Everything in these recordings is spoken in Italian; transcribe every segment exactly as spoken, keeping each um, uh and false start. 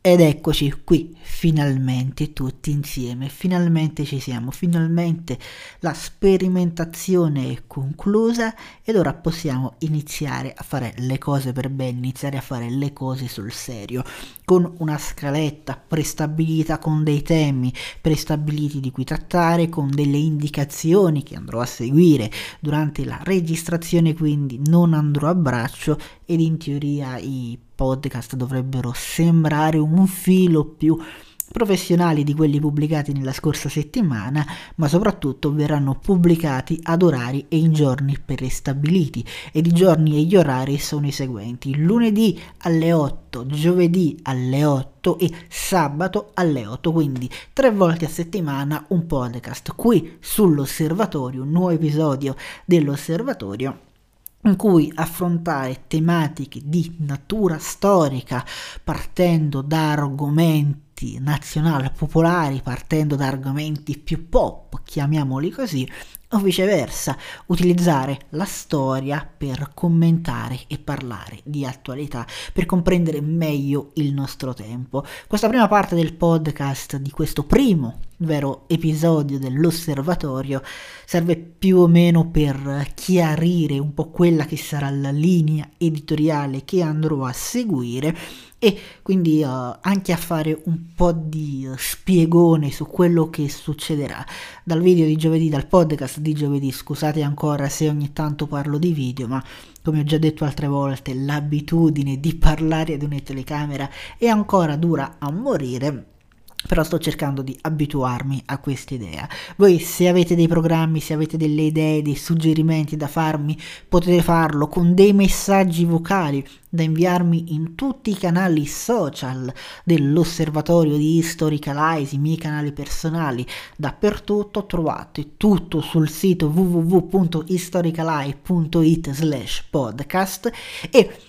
Ed eccoci qui, finalmente tutti insieme, finalmente ci siamo, finalmente la sperimentazione è conclusa ed ora possiamo iniziare a fare le cose per bene, iniziare a fare le cose sul serio, con una scaletta prestabilita, con dei temi prestabiliti di cui trattare, con delle indicazioni che andrò a seguire durante la registrazione, quindi non andrò a braccio ed in teoria i podcast dovrebbero sembrare un filo più professionali di quelli pubblicati nella scorsa settimana, ma soprattutto verranno pubblicati ad orari e in giorni prestabiliti, ed i giorni e gli orari sono i seguenti: lunedì alle otto, giovedì alle otto e sabato alle otto, quindi tre volte a settimana un podcast qui sull'Osservatorio, un nuovo episodio dell'Osservatorio in cui affrontare tematiche di natura storica partendo da argomenti nazionali popolari, partendo da argomenti più pop, chiamiamoli così, o viceversa, utilizzare la storia per commentare e parlare di attualità, per comprendere meglio il nostro tempo. Questa prima parte del podcast, di questo primo vero episodio dell'Osservatorio, serve più o meno per chiarire un po' quella che sarà la linea editoriale che andrò a seguire e quindi uh, anche a fare un po' di uh, spiegone su quello che succederà dal video di giovedì, dal podcast di giovedì. Scusate ancora se ogni tanto parlo di video, ma come ho già detto altre volte, l'abitudine di parlare ad una telecamera è ancora dura a morire, però sto cercando di abituarmi a questa idea. Voi, se avete dei programmi, se avete delle idee, dei suggerimenti da farmi, potete farlo con dei messaggi vocali da inviarmi in tutti i canali social dell'Osservatorio di Historicalize, i miei canali personali. Dappertutto trovate tutto sul sito w w w punto historicalize punto it slash podcast e,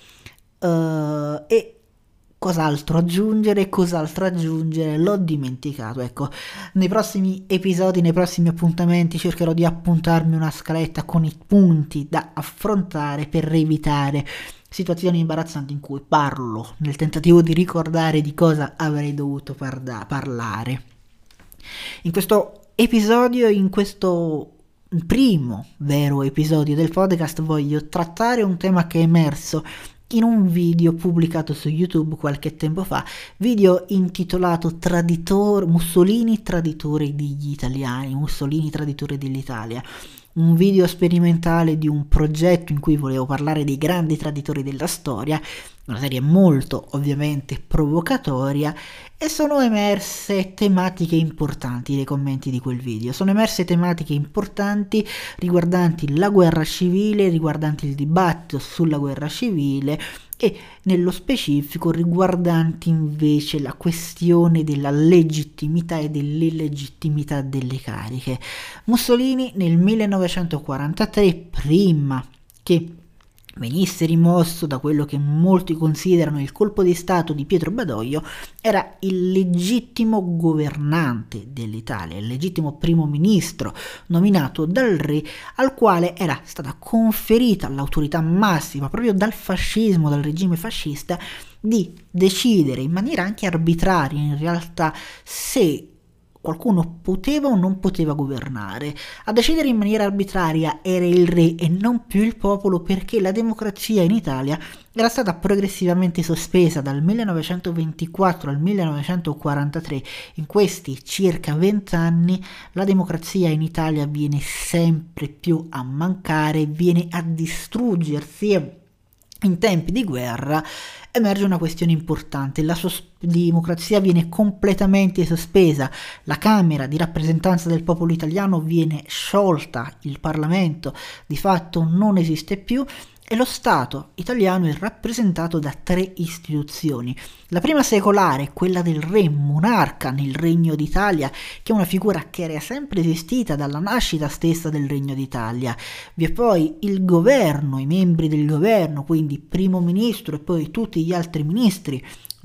uh, e Cos'altro aggiungere? Cos'altro aggiungere? L'ho dimenticato. Ecco, nei prossimi episodi, nei prossimi appuntamenti cercherò di appuntarmi una scaletta con i punti da affrontare per evitare situazioni imbarazzanti in cui parlo nel tentativo di ricordare di cosa avrei dovuto parda- parlare. In questo episodio, in questo primo vero episodio del podcast, voglio trattare un tema che è emerso in un video pubblicato su YouTube qualche tempo fa, video intitolato Traditor, Mussolini traditore degli italiani, Mussolini traditore dell'Italia, un video sperimentale di un progetto in cui volevo parlare dei grandi traditori della storia, una serie molto ovviamente provocatoria, e sono emerse tematiche importanti nei commenti di quel video. Sono emerse tematiche importanti riguardanti la guerra civile, riguardanti il dibattito sulla guerra civile e nello specifico riguardanti invece la questione della legittimità e dell'illegittimità delle cariche. Mussolini nel millenovecentoquarantatré, prima che venisse rimosso da quello che molti considerano il colpo di stato di Pietro Badoglio, era il legittimo governante dell'Italia, il legittimo primo ministro nominato dal re, al quale era stata conferita l'autorità massima proprio dal fascismo, dal regime fascista, di decidere in maniera anche arbitraria in realtà se qualcuno poteva o non poteva governare. A decidere in maniera arbitraria era il re e non più il popolo, perché la democrazia in Italia era stata progressivamente sospesa dal millenovecentoventiquattro al millenovecentoquarantatré. In questi circa vent'anni la democrazia in Italia viene sempre più a mancare, viene a distruggersi. In tempi di guerra emerge una questione importante: la sos- democrazia viene completamente sospesa, la Camera di rappresentanza del popolo italiano viene sciolta, il Parlamento di fatto non esiste più e lo Stato italiano è rappresentato da tre istituzioni. La prima secolare, quella del re monarca nel Regno d'Italia, che è una figura che era sempre esistita dalla nascita stessa del Regno d'Italia. Vi è poi il governo, i membri del governo, quindi primo ministro e poi tutti gli altri ministri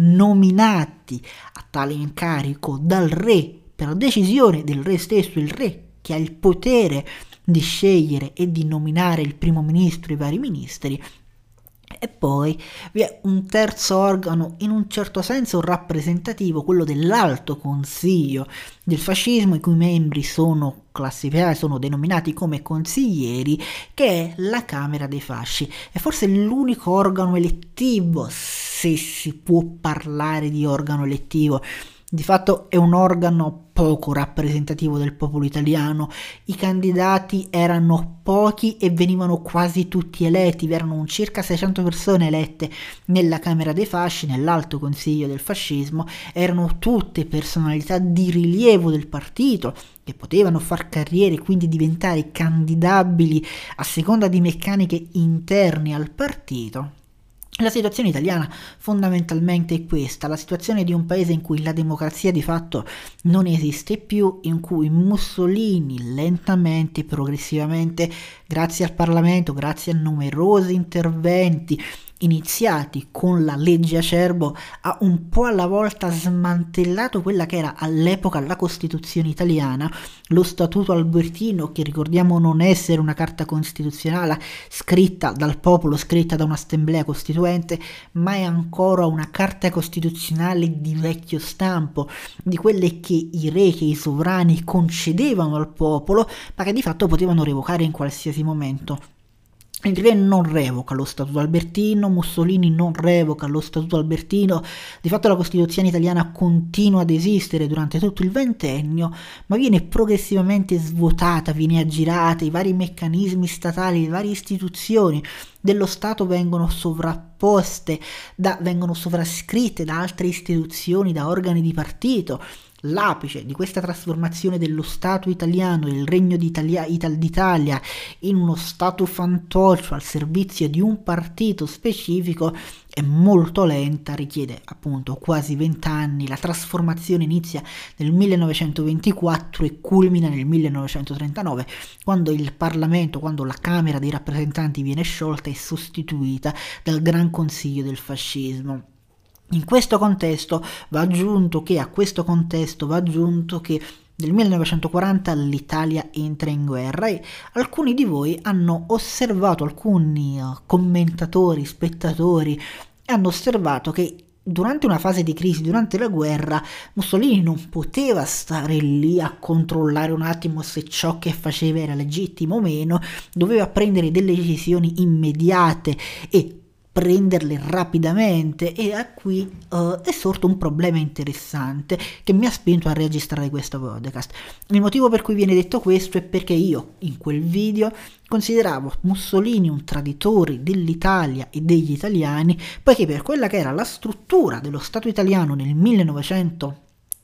nominati a tale incarico dal re per decisione del re stesso, il re che ha il potere di scegliere e di nominare il primo ministro e i vari ministri. E poi vi è un terzo organo, in un certo senso rappresentativo, quello dell'Alto Consiglio del fascismo, i cui membri sono classificati, sono denominati come consiglieri, che è la Camera dei Fasci. È forse l'unico organo elettivo, se si può parlare di organo elettivo. Di fatto è un organo poco rappresentativo del popolo italiano, i candidati erano pochi e venivano quasi tutti eletti, vi erano un circa seicento persone elette nella Camera dei Fasci, nell'Alto Consiglio del Fascismo, erano tutte personalità di rilievo del partito, che potevano far carriere e quindi diventare candidabili a seconda di meccaniche interne al partito. La situazione italiana fondamentalmente è questa, la situazione di un paese in cui la democrazia di fatto non esiste più, in cui Mussolini lentamente, progressivamente, grazie al Parlamento, grazie a numerosi interventi iniziati con la legge Acerbo, ha un po' alla volta smantellato quella che era all'epoca la Costituzione italiana, lo Statuto Albertino, che ricordiamo non essere una carta costituzionale scritta dal popolo, scritta da un'assemblea costituente, ma è ancora una carta costituzionale di vecchio stampo, di quelle che i re, che i sovrani concedevano al popolo, ma che di fatto potevano revocare in qualsiasi momento. Il re non revoca lo Statuto Albertino, Mussolini non revoca lo Statuto Albertino, di fatto la Costituzione italiana continua ad esistere durante tutto il ventennio, ma viene progressivamente svuotata, viene aggirata, i vari meccanismi statali, le varie istituzioni dello Stato vengono sovrapposte, da, vengono sovrascritte da altre istituzioni, da organi di partito. L'apice di questa trasformazione dello Stato italiano, del Regno d'Italia, Ital- d'Italia, in uno Stato fantoccio al servizio di un partito specifico è molto lenta, richiede appunto quasi vent'anni, la trasformazione inizia nel millenovecentoventiquattro e culmina nel millenovecentotrentanove, quando il Parlamento, quando la Camera dei rappresentanti viene sciolta e sostituita dal Gran Consiglio del Fascismo. In questo contesto va aggiunto che a questo contesto va aggiunto che nel millenovecentoquaranta l'Italia entra in guerra e alcuni di voi hanno osservato, alcuni commentatori, spettatori, hanno osservato che durante una fase di crisi, durante la guerra, Mussolini non poteva stare lì a controllare un attimo se ciò che faceva era legittimo o meno, doveva prendere delle decisioni immediate e prenderle rapidamente, e a qui uh, è sorto un problema interessante che mi ha spinto a registrare questo podcast. Il motivo per cui viene detto questo è perché io in quel video consideravo Mussolini un traditore dell'Italia e degli italiani, poiché per quella che era la struttura dello Stato italiano nel millenovecentoquarantatré,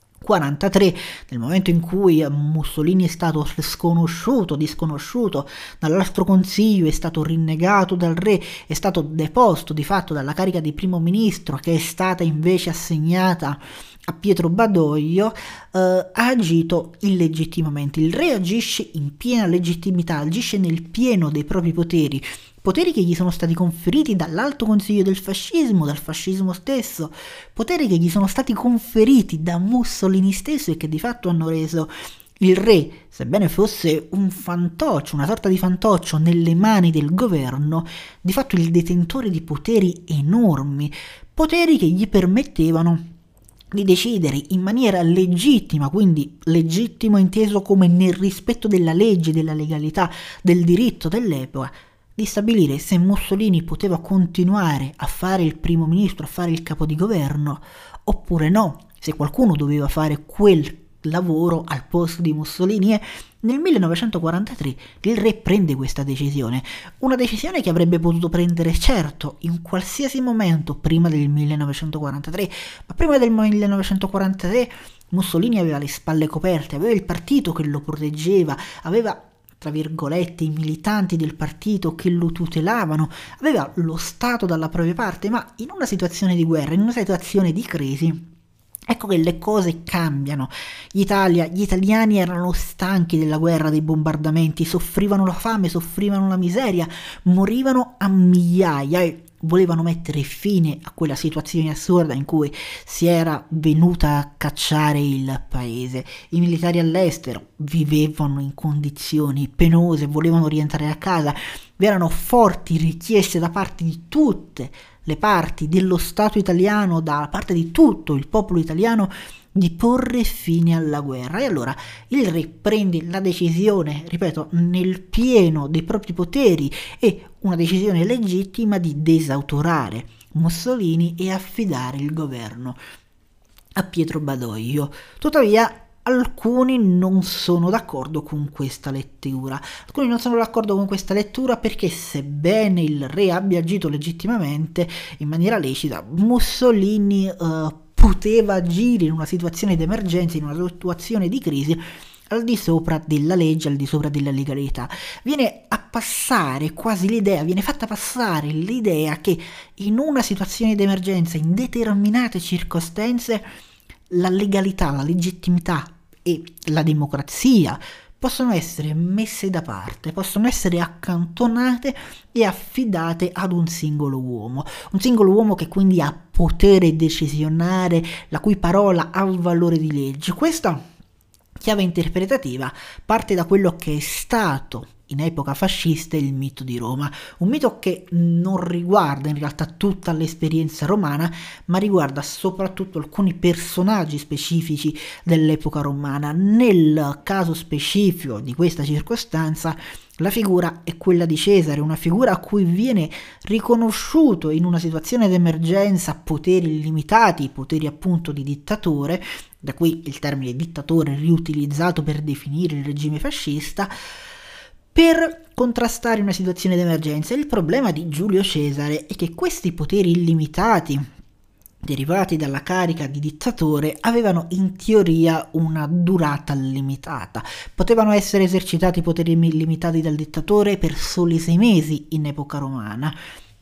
nel momento in cui Mussolini è stato sconosciuto, disconosciuto dall'Alto Consiglio, è stato rinnegato dal re, è stato deposto di fatto dalla carica di primo ministro, che è stata invece assegnata a Pietro Badoglio, eh, ha agito illegittimamente. Il re agisce in piena legittimità, agisce nel pieno dei propri poteri, poteri che gli sono stati conferiti dall'Alto Consiglio del Fascismo, dal fascismo stesso, poteri che gli sono stati conferiti da Mussolini stesso e che di fatto hanno reso il re, sebbene fosse un fantoccio, una sorta di fantoccio nelle mani del governo, di fatto il detentore di poteri enormi, poteri che gli permettevano di decidere in maniera legittima, quindi legittimo inteso come nel rispetto della legge, della legalità, del diritto dell'epoca, di stabilire se Mussolini poteva continuare a fare il primo ministro, a fare il capo di governo, oppure no, se qualcuno doveva fare quel lavoro al posto di Mussolini. E nel millenovecentoquarantatré il re prende questa decisione, una decisione che avrebbe potuto prendere certo in qualsiasi momento prima del millenovecentoquarantatré, ma prima del millenovecentoquarantatré Mussolini aveva le spalle coperte, aveva il partito che lo proteggeva, aveva tra virgolette i militanti del partito che lo tutelavano, aveva lo Stato dalla propria parte, ma in una situazione di guerra, in una situazione di crisi, ecco che le cose cambiano. L'Italia, gli italiani erano stanchi della guerra, dei bombardamenti, soffrivano la fame, soffrivano la miseria, morivano a migliaia e volevano mettere fine a quella situazione assurda in cui si era venuta a cacciare il paese. I militari all'estero vivevano in condizioni penose, volevano rientrare a casa, vi erano forti richieste da parte di tutte le parti dello Stato italiano, da parte di tutto il popolo italiano, di porre fine alla guerra. E allora il re prende la decisione, ripeto, nel pieno dei propri poteri e una decisione legittima di desautorare Mussolini e affidare il governo a Pietro Badoglio. Tuttavia alcuni non sono d'accordo con questa lettura. Alcuni non sono d'accordo con questa lettura perché, sebbene il re abbia agito legittimamente, in maniera lecita, Mussolini eh, poteva agire in una situazione di emergenza, in una situazione di crisi, al di sopra della legge, al di sopra della legalità. Viene a passare quasi l'idea, viene fatta passare l'idea che in una situazione di emergenza, in determinate circostanze, la legalità, la legittimità e la democrazia possono essere messe da parte, possono essere accantonate e affidate ad un singolo uomo, un singolo uomo che quindi ha potere decisionale, la cui parola ha valore di legge. Questa chiave interpretativa parte da quello che è stato in epoca fascista il mito di Roma, un mito che non riguarda in realtà tutta l'esperienza romana, ma riguarda soprattutto alcuni personaggi specifici dell'epoca romana. Nel caso specifico di questa circostanza, la figura è quella di Cesare, una figura a cui viene riconosciuto in una situazione d'emergenza poteri illimitati, poteri appunto di dittatore, da qui il termine dittatore riutilizzato per definire il regime fascista, per contrastare una situazione d'emergenza. Il problema di Giulio Cesare è che questi poteri illimitati derivati dalla carica di dittatore avevano in teoria una durata limitata. Potevano essere esercitati i poteri illimitati dal dittatore per soli sei mesi in epoca romana.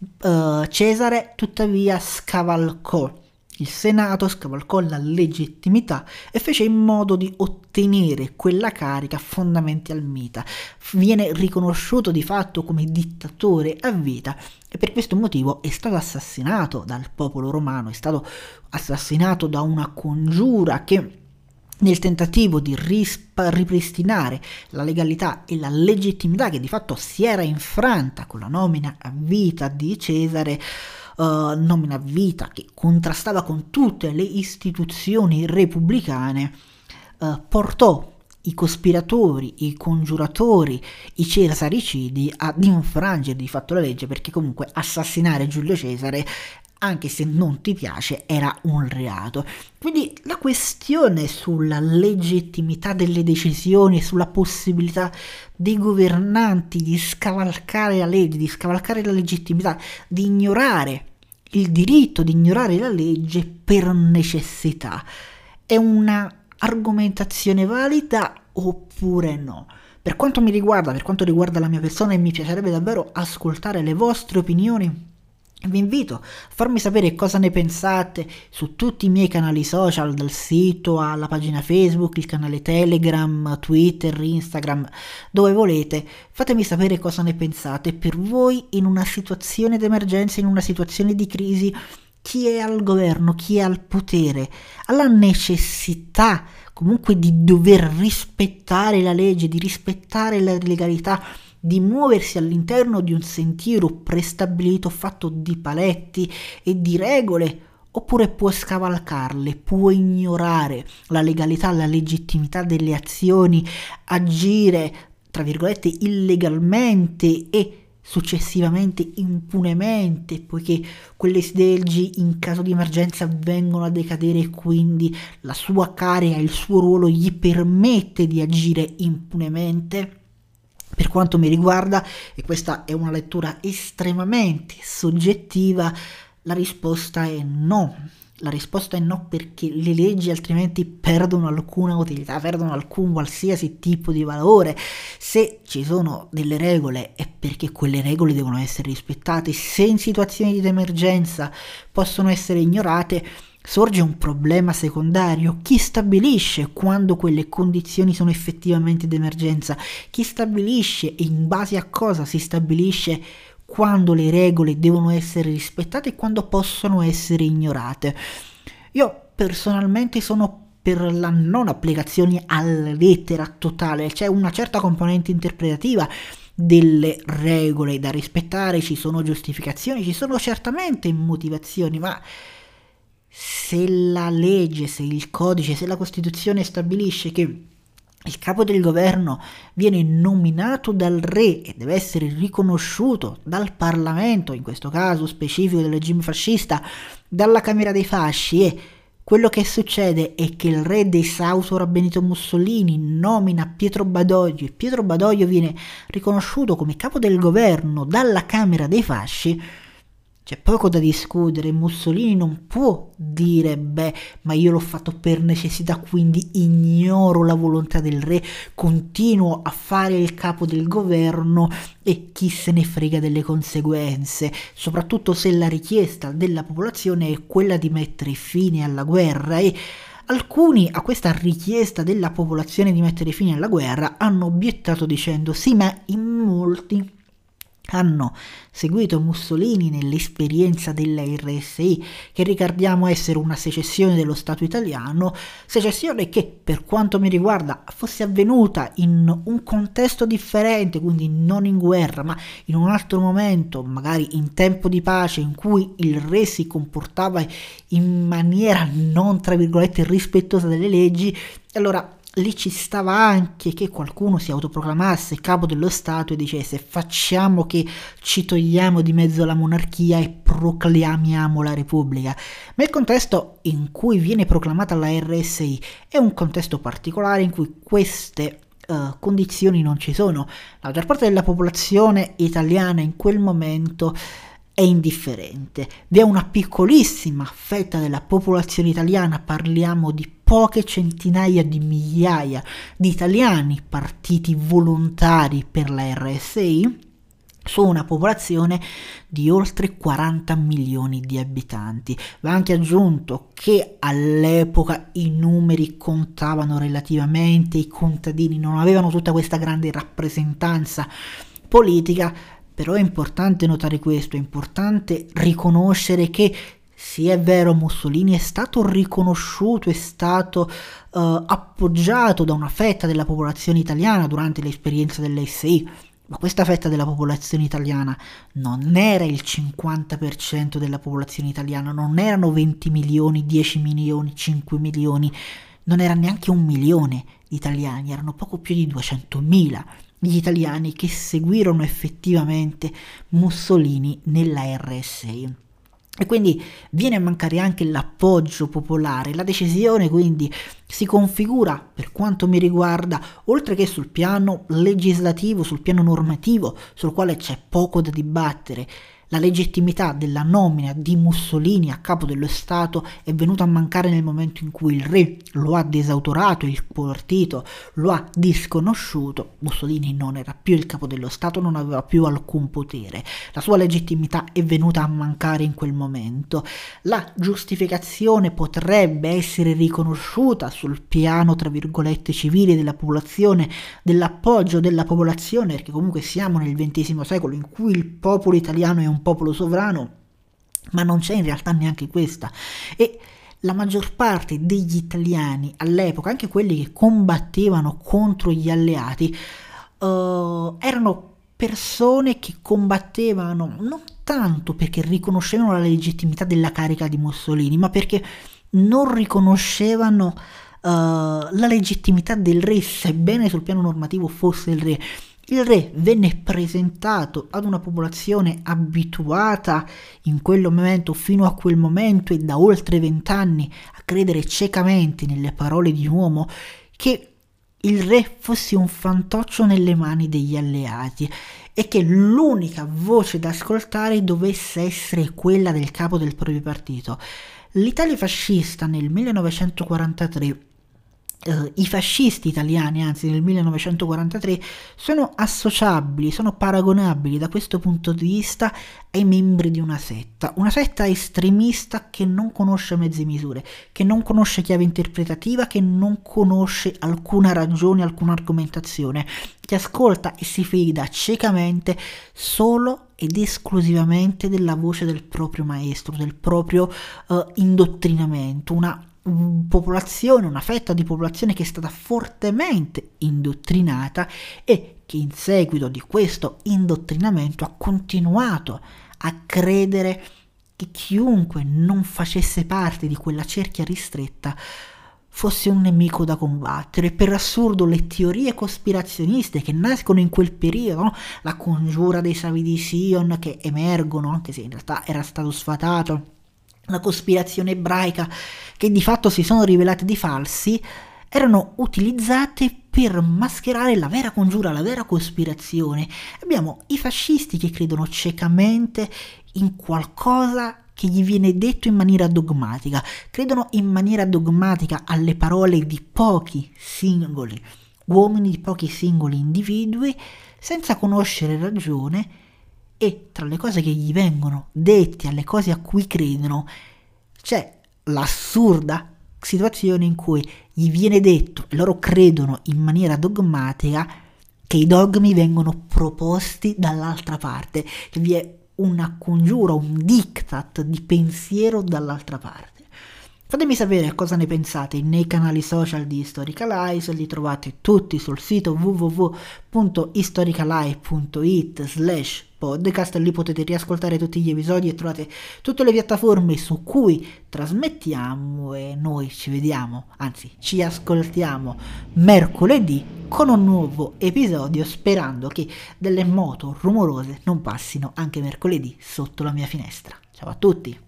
Uh, Cesare tuttavia scavalcò il Senato, scavalcò la legittimità e fece in modo di ottenere quella carica fondamentalmente. Viene riconosciuto di fatto come dittatore a vita e per questo motivo è stato assassinato dal popolo romano, è stato assassinato da una congiura che, nel tentativo di rispa- ripristinare la legalità e la legittimità che di fatto si era infranta con la nomina a vita di Cesare, Uh, nomina a vita che contrastava con tutte le istituzioni repubblicane, uh, portò i cospiratori, i congiuratori, i cesaricidi ad infrangere di fatto la legge, perché comunque assassinare Giulio Cesare, anche se non ti piace, era un reato. Quindi la questione sulla legittimità delle decisioni, sulla possibilità dei governanti di scavalcare la legge, di scavalcare la legittimità, di ignorare il diritto, di ignorare la legge per necessità, è una argomentazione valida oppure no? Per quanto mi riguarda, per quanto riguarda la mia persona, e mi piacerebbe davvero ascoltare le vostre opinioni, vi invito a farmi sapere cosa ne pensate su tutti i miei canali social, dal sito alla pagina Facebook, il canale Telegram, Twitter, Instagram, dove volete. Fatemi sapere cosa ne pensate. Per voi, in una situazione d'emergenza, in una situazione di crisi, chi è al governo, chi è al potere, ha la necessità comunque di dover rispettare la legge, di rispettare la legalità, di muoversi all'interno di un sentiero prestabilito fatto di paletti e di regole, oppure può scavalcarle, può ignorare la legalità, la legittimità delle azioni, agire tra virgolette illegalmente e successivamente impunemente, poiché quelle leggi in caso di emergenza vengono a decadere e quindi la sua carica, il suo ruolo gli permette di agire impunemente. Per quanto mi riguarda, e questa è una lettura estremamente soggettiva, la risposta è no. La risposta è no, perché le leggi altrimenti perdono alcuna utilità, perdono alcun qualsiasi tipo di valore. Se ci sono delle regole è perché quelle regole devono essere rispettate. Se in situazioni di emergenza possono essere ignorate, sorge un problema secondario. Chi stabilisce quando quelle condizioni sono effettivamente d'emergenza? Chi stabilisce e in base a cosa si stabilisce quando le regole devono essere rispettate e quando possono essere ignorate. Io personalmente sono per la non applicazione alla lettera totale, c'è una certa componente interpretativa delle regole da rispettare, ci sono giustificazioni, ci sono certamente motivazioni, ma se la legge, se il codice, se la Costituzione stabilisce che il capo del governo viene nominato dal re e deve essere riconosciuto dal Parlamento, in questo caso specifico del regime fascista, dalla Camera dei Fasci, e quello che succede è che il re d'esautora Benito Mussolini nomina Pietro Badoglio e Pietro Badoglio viene riconosciuto come capo del governo dalla Camera dei Fasci. C'è poco da discutere. Mussolini non può dire beh, ma io l'ho fatto per necessità, quindi ignoro la volontà del re, continuo a fare il capo del governo e chi se ne frega delle conseguenze, soprattutto se la richiesta della popolazione è quella di mettere fine alla guerra. E alcuni a questa richiesta della popolazione di mettere fine alla guerra hanno obiettato dicendo sì, ma in molti hanno seguito Mussolini nell'esperienza della R S I, che ricordiamo essere una secessione dello Stato italiano, secessione che per quanto mi riguarda fosse avvenuta in un contesto differente, quindi non in guerra ma in un altro momento, magari in tempo di pace, in cui il re si comportava in maniera non tra virgolette rispettosa delle leggi, allora lì ci stava anche che qualcuno si autoproclamasse capo dello Stato e dicesse facciamo che ci togliamo di mezzo la monarchia e proclamiamo la Repubblica. Ma il contesto in cui viene proclamata la R S I è un contesto particolare in cui queste uh, condizioni non ci sono. La maggior parte della popolazione italiana in quel momento è indifferente. Vi è una piccolissima fetta della popolazione italiana, parliamo di poche centinaia di migliaia di italiani partiti volontari per la R S I, su una popolazione di oltre quaranta milioni di abitanti. Va anche aggiunto che all'epoca i numeri contavano relativamente, i contadini non avevano tutta questa grande rappresentanza politica. Però è importante notare questo, è importante riconoscere che sì, è vero, Mussolini è stato riconosciuto, è stato uh, appoggiato da una fetta della popolazione italiana durante l'esperienza dell'S I, ma questa fetta della popolazione italiana non era il cinquanta per cento della popolazione italiana, non erano venti milioni, dieci milioni, cinque milioni, non era neanche un milione di italiani, erano poco più di duecentomila gli italiani che seguirono effettivamente Mussolini nella R S I. E quindi viene a mancare anche l'appoggio popolare. La decisione quindi si configura, per quanto mi riguarda, oltre che sul piano legislativo, sul piano normativo, sul quale c'è poco da dibattere. La legittimità della nomina di Mussolini a capo dello Stato è venuta a mancare nel momento in cui il re lo ha desautorato, il partito lo ha disconosciuto. Mussolini non era più il capo dello Stato, non aveva più alcun potere. La sua legittimità è venuta a mancare in quel momento. La giustificazione potrebbe essere riconosciuta sul piano, tra virgolette, civile della popolazione, dell'appoggio della popolazione, perché comunque siamo nel ventesimo secolo in cui il popolo italiano è un popolo sovrano, ma non c'è in realtà neanche questa. E la maggior parte degli italiani all'epoca, anche quelli che combattevano contro gli alleati, uh, erano persone che combattevano non tanto perché riconoscevano la legittimità della carica di Mussolini, ma perché non riconoscevano uh, la legittimità del re, sebbene sul piano normativo fosse il re. Il re venne presentato ad una popolazione abituata in quel momento, fino a quel momento e da oltre vent'anni, a credere ciecamente nelle parole di un uomo, che il re fosse un fantoccio nelle mani degli alleati e che l'unica voce da ascoltare dovesse essere quella del capo del proprio partito. L'Italia fascista nel millenovecentoquarantatré Uh, i fascisti italiani, anzi nel millenovecentoquarantatré, sono associabili, sono paragonabili da questo punto di vista ai membri di una setta, una setta estremista che non conosce mezze misure, che non conosce chiave interpretativa, che non conosce alcuna ragione, alcuna argomentazione, che ascolta e si fida ciecamente solo ed esclusivamente della voce del proprio maestro, del proprio uh, indottrinamento, una popolazione, una fetta di popolazione che è stata fortemente indottrinata e che in seguito di questo indottrinamento ha continuato a credere che chiunque non facesse parte di quella cerchia ristretta fosse un nemico da combattere. Per assurdo le teorie cospirazioniste che nascono in quel periodo, no? La congiura dei Savi di Sion che emergono, anche se in realtà era stato sfatato, la cospirazione ebraica, che di fatto si sono rivelate di falsi, erano utilizzate per mascherare la vera congiura, la vera cospirazione. Abbiamo i fascisti che credono ciecamente in qualcosa che gli viene detto in maniera dogmatica, credono in maniera dogmatica alle parole di pochi singoli uomini, di pochi singoli individui, senza conoscere ragione. E tra le cose che gli vengono dette, alle cose a cui credono, c'è l'assurda situazione in cui gli viene detto, e loro credono in maniera dogmatica, che i dogmi vengono proposti dall'altra parte, che vi è una congiura, un diktat di pensiero dall'altra parte. Fatemi sapere cosa ne pensate nei canali social di Historical Eyes, li trovate tutti sul sito w w w punto historicaleye punto it slash podcast, lì potete riascoltare tutti gli episodi e trovate tutte le piattaforme su cui trasmettiamo, e noi ci vediamo, anzi ci ascoltiamo mercoledì con un nuovo episodio, sperando che delle moto rumorose non passino anche mercoledì sotto la mia finestra. Ciao a tutti!